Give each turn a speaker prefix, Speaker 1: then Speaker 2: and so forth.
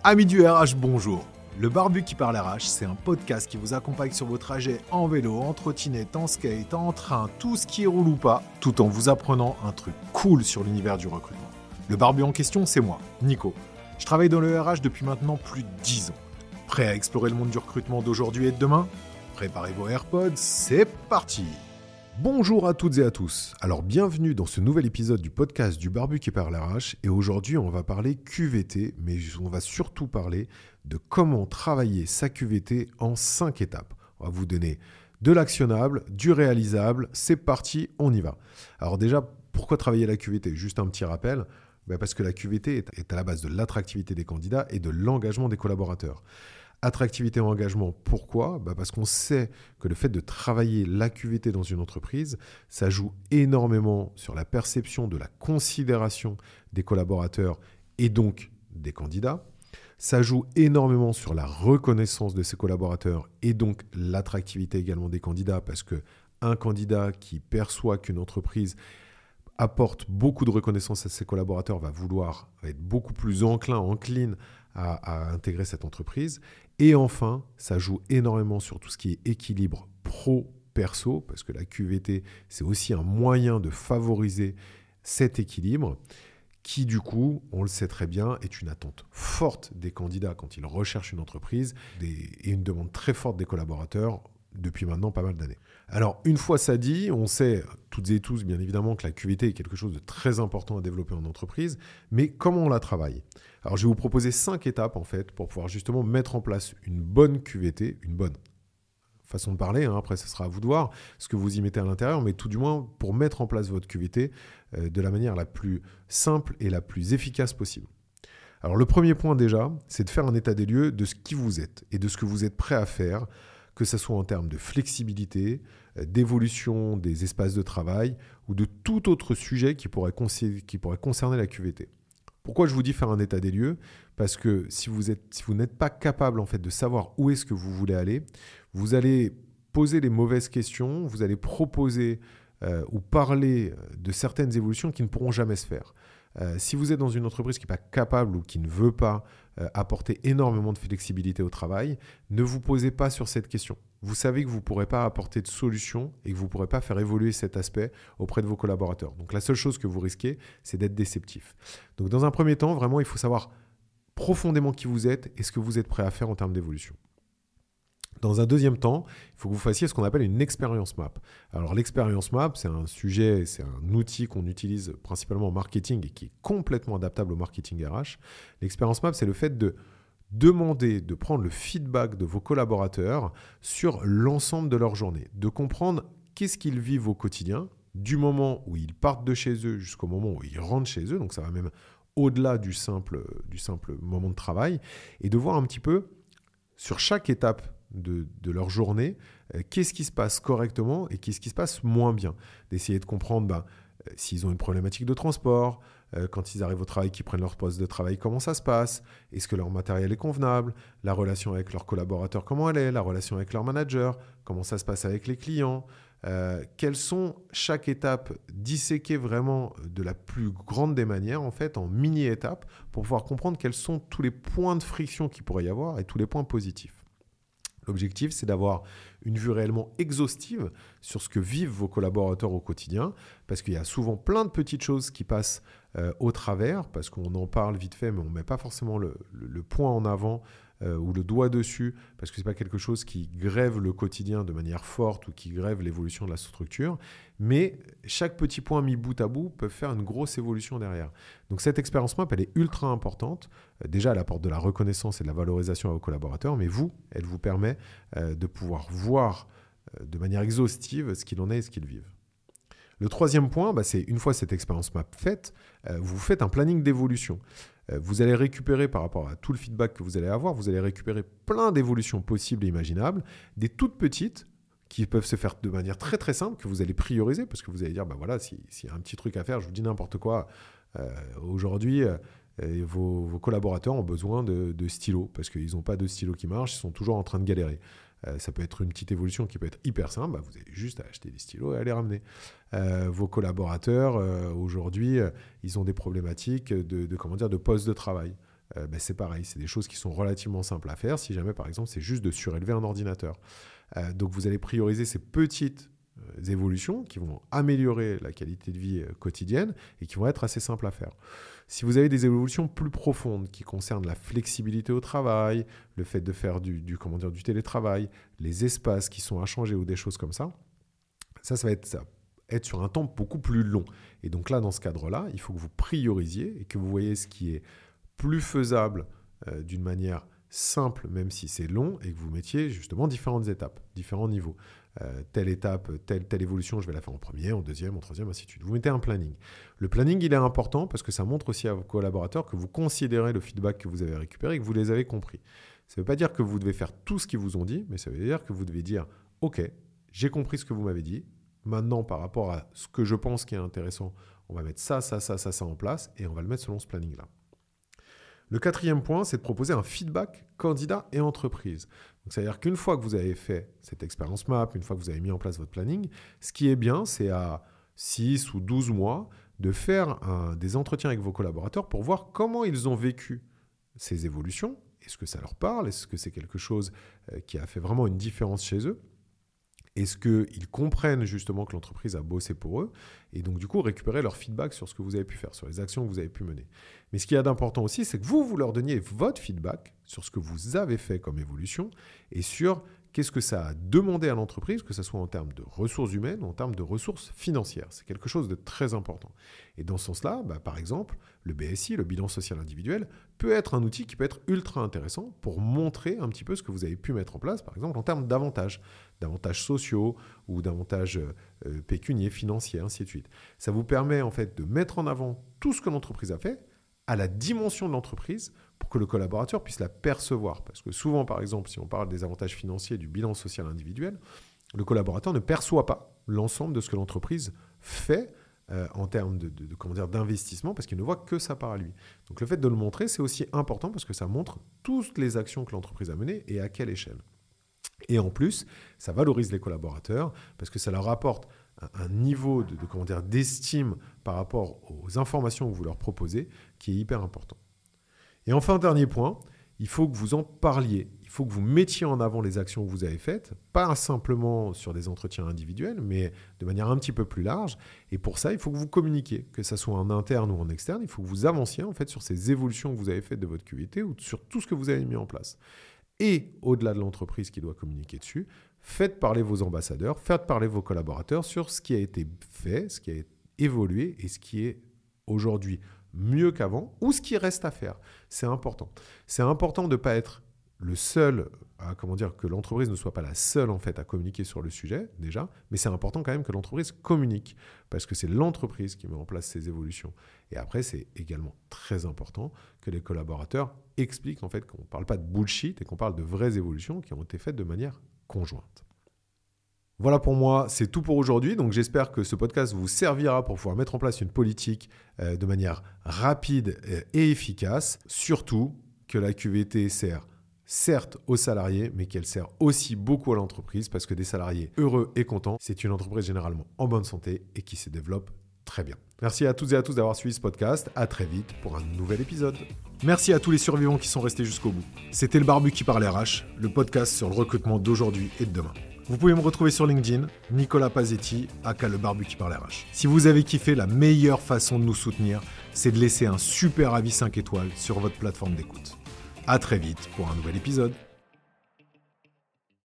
Speaker 1: Amis du RH, bonjour. Le Barbu qui parle RH, c'est un podcast qui vous accompagne sur vos trajets en vélo, en trottinette, en skate, en train, tout ce qui roule ou pas, tout en vous apprenant un truc cool sur l'univers du recrutement. Le Barbu en question, c'est moi, Nico. Je travaille dans le RH depuis maintenant plus de 10 ans. Prêt à explorer le monde du recrutement d'aujourd'hui et de demain ? Préparez vos AirPods, c'est parti ! Bonjour à toutes et à tous. Alors bienvenue dans ce nouvel épisode du podcast du Barbu qui parle RH et aujourd'hui on va parler QVT, mais on va surtout parler de comment travailler sa QVT en 5 étapes. On va vous donner de l'actionnable, du réalisable, c'est parti, on y va. Alors déjà, pourquoi travailler la QVT ? Juste un petit rappel, parce que la QVT est à la base de l'attractivité des candidats et de l'engagement des collaborateurs. Attractivité et engagement, pourquoi ? Parce qu'on sait que le fait de travailler la QVT dans une entreprise, ça joue énormément sur la perception de la considération des collaborateurs et donc des candidats. Ça joue énormément sur la reconnaissance de ces collaborateurs et donc l'attractivité également des candidats parce qu'un candidat qui perçoit qu'une entreprise apporte beaucoup de reconnaissance à ses collaborateurs va être beaucoup plus encline à intégrer cette entreprise. Et enfin, ça joue énormément sur tout ce qui est équilibre pro-perso, parce que la QVT, c'est aussi un moyen de favoriser cet équilibre, qui du coup, on le sait très bien, est une attente forte des candidats quand ils recherchent une entreprise et une demande très forte des collaborateurs depuis maintenant pas mal d'années. Alors, une fois ça dit, on sait toutes et tous, bien évidemment, que la QVT est quelque chose de très important à développer en entreprise, mais comment on la travaille ? Alors, je vais vous proposer 5 étapes, en fait, pour pouvoir justement mettre en place une bonne QVT, une bonne façon de parler, après, ce sera à vous de voir ce que vous y mettez à l'intérieur, mais tout du moins pour mettre en place votre QVT de la manière la plus simple et la plus efficace possible. Alors, le premier point déjà, c'est de faire un état des lieux de ce qui vous êtes et de ce que vous êtes prêt à faire, que ce soit en termes de flexibilité, d'évolution des espaces de travail ou de tout autre sujet qui pourrait concerner la QVT. Pourquoi je vous dis faire un état des lieux ? Parce que si vous n'êtes pas capable en fait, de savoir où est-ce que vous voulez aller, vous allez poser les mauvaises questions, vous allez proposer ou parler de certaines évolutions qui ne pourront jamais se faire. Si vous êtes dans une entreprise qui n'est pas capable ou qui ne veut pas apporter énormément de flexibilité au travail, ne vous posez pas sur cette question. Vous savez que vous ne pourrez pas apporter de solution et que vous ne pourrez pas faire évoluer cet aspect auprès de vos collaborateurs. Donc la seule chose que vous risquez, c'est d'être déceptif. Donc dans un premier temps, vraiment, il faut savoir profondément qui vous êtes et ce que vous êtes prêt à faire en termes d'évolution. Dans un deuxième temps, il faut que vous fassiez ce qu'on appelle une expérience map. Alors l'expérience map, c'est un outil qu'on utilise principalement en marketing et qui est complètement adaptable au marketing RH. L'expérience map, c'est le fait de de prendre le feedback de vos collaborateurs sur l'ensemble de leur journée, de comprendre qu'est-ce qu'ils vivent au quotidien, du moment où ils partent de chez eux jusqu'au moment où ils rentrent chez eux, donc ça va même au-delà du simple moment de travail, et de voir un petit peu sur chaque étape de leur journée, qu'est-ce qui se passe correctement et qu'est-ce qui se passe moins bien. D'essayer de comprendre s'ils ont une problématique de transport, quand ils arrivent au travail, qu'ils prennent leur poste de travail, comment ça se passe, est-ce que leur matériel est convenable, la relation avec leurs collaborateurs, comment elle est, la relation avec leur manager, comment ça se passe avec les clients, quelles sont chaque étape disséquées vraiment de la plus grande des manières, en fait, en mini-étapes, pour pouvoir comprendre quels sont tous les points de friction qu'il pourrait y avoir et tous les points positifs. L'objectif, c'est d'avoir une vue réellement exhaustive sur ce que vivent vos collaborateurs au quotidien, parce qu'il y a souvent plein de petites choses qui passent au travers, parce qu'on en parle vite fait, mais on ne met pas forcément le point en avant ou le doigt dessus, parce que ce n'est pas quelque chose qui grève le quotidien de manière forte ou qui grève l'évolution de la structure. Mais chaque petit point mis bout à bout peut faire une grosse évolution derrière. Donc cette expérience map, elle est ultra importante. Déjà, elle apporte de la reconnaissance et de la valorisation à vos collaborateurs, mais elle vous permet de pouvoir voir de manière exhaustive ce qu'il en est et ce qu'ils vivent. Le troisième point, c'est une fois cette expérience map faite, vous faites un planning d'évolution. Vous allez récupérer par rapport à tout le feedback que vous allez avoir, vous allez récupérer plein d'évolutions possibles et imaginables, des toutes petites qui peuvent se faire de manière très très simple, que vous allez prioriser, parce que vous allez dire, s'il y a un petit truc à faire, je vous dis n'importe quoi, aujourd'hui, vos collaborateurs ont besoin de stylos, parce qu'ils n'ont pas de stylos qui marchent, ils sont toujours en train de galérer. Ça peut être une petite évolution qui peut être hyper simple, vous avez juste à acheter des stylos et à les ramener. Vos collaborateurs, aujourd'hui, ils ont des problématiques de poste de travail. c'est pareil, c'est des choses qui sont relativement simples à faire si jamais, par exemple, c'est juste de surélever un ordinateur. Donc, vous allez prioriser ces petites évolutions qui vont améliorer la qualité de vie quotidienne et qui vont être assez simples à faire. Si vous avez des évolutions plus profondes qui concernent la flexibilité au travail, le fait de faire du télétravail, les espaces qui sont à changer ou des choses comme ça, ça va être sur un temps beaucoup plus long. Et donc là, dans ce cadre-là, il faut que vous priorisiez et que vous voyez ce qui est plus faisable d'une manière simple, même si c'est long, et que vous mettiez justement différentes étapes, différents niveaux. Telle étape, telle évolution, je vais la faire en premier, en deuxième, en troisième, ainsi de suite. Vous mettez un planning. Le planning, il est important parce que ça montre aussi à vos collaborateurs que vous considérez le feedback que vous avez récupéré et que vous les avez compris. Ça ne veut pas dire que vous devez faire tout ce qu'ils vous ont dit, mais ça veut dire que vous devez dire « Ok, j'ai compris ce que vous m'avez dit. Maintenant, par rapport à ce que je pense qui est intéressant, on va mettre ça en place et on va le mettre selon ce planning-là. » Le quatrième point, c'est de proposer un feedback candidat et entreprise. Donc, c'est-à-dire qu'une fois que vous avez fait cette expérience map, une fois que vous avez mis en place votre planning, ce qui est bien, c'est à 6 ou 12 mois de faire des entretiens avec vos collaborateurs pour voir comment ils ont vécu ces évolutions. Est-ce que ça leur parle? Est-ce que c'est quelque chose qui a fait vraiment une différence chez eux? Est-ce qu'ils comprennent justement que l'entreprise a bossé pour eux? Et donc, du coup, récupérer leur feedback sur ce que vous avez pu faire, sur les actions que vous avez pu mener. Mais ce qu'il y a d'important aussi, c'est que vous leur donniez votre feedback sur ce que vous avez fait comme évolution et sur qu'est-ce que ça a demandé à l'entreprise, que ce soit en termes de ressources humaines ou en termes de ressources financières. C'est quelque chose de très important. Et dans ce sens-là, par exemple, le BSI, le bilan social individuel, peut être un outil qui peut être ultra intéressant pour montrer un petit peu ce que vous avez pu mettre en place, par exemple, en termes d'avantages sociaux ou d'avantages pécuniaires, financiers, ainsi de suite. Ça vous permet en fait de mettre en avant tout ce que l'entreprise a fait à la dimension de l'entreprise pour que le collaborateur puisse la percevoir. Parce que souvent, par exemple, si on parle des avantages financiers du bilan social individuel, le collaborateur ne perçoit pas l'ensemble de ce que l'entreprise fait en termes d'investissement parce qu'il ne voit que ça part à lui. Donc le fait de le montrer, c'est aussi important parce que ça montre toutes les actions que l'entreprise a menées et à quelle échelle. Et en plus, ça valorise les collaborateurs parce que ça leur apporte un niveau d'estime par rapport aux informations que vous leur proposez qui est hyper important. Et enfin, dernier point, il faut que vous en parliez. Il faut que vous mettiez en avant les actions que vous avez faites, pas simplement sur des entretiens individuels, mais de manière un petit peu plus large. Et pour ça, il faut que vous communiquiez, que ce soit en interne ou en externe. Il faut que vous avanciez en fait sur ces évolutions que vous avez faites de votre QVT ou sur tout ce que vous avez mis en place. Et au-delà de l'entreprise qui doit communiquer dessus, faites parler vos ambassadeurs, faites parler vos collaborateurs sur ce qui a été fait, ce qui a évolué et ce qui est aujourd'hui mieux qu'avant ou ce qui reste à faire. C'est important. C'est important de ne pas être le seul, que l'entreprise ne soit pas la seule en fait à communiquer sur le sujet déjà, mais c'est important quand même que l'entreprise communique parce que c'est l'entreprise qui met en place ces évolutions. Et après, c'est également très important que les collaborateurs expliquent en fait qu'on ne parle pas de bullshit et qu'on parle de vraies évolutions qui ont été faites de manière conjointe. Voilà pour moi, c'est tout pour aujourd'hui. Donc j'espère que ce podcast vous servira pour pouvoir mettre en place une politique de manière rapide et efficace. Surtout que la QVT sert certes aux salariés, mais qu'elle sert aussi beaucoup à l'entreprise parce que des salariés heureux et contents, c'est une entreprise généralement en bonne santé et qui se développe très bien. Merci à toutes et à tous d'avoir suivi ce podcast. À très vite pour un nouvel épisode. Merci à tous les survivants qui sont restés jusqu'au bout. C'était le Barbu qui parle RH, le podcast sur le recrutement d'aujourd'hui et de demain. Vous pouvez me retrouver sur LinkedIn, Nicolas Pazetti, aka le Barbu qui parle RH. Si vous avez kiffé, la meilleure façon de nous soutenir, c'est de laisser un super avis 5 étoiles sur votre plateforme d'écoute. À très vite pour un nouvel épisode.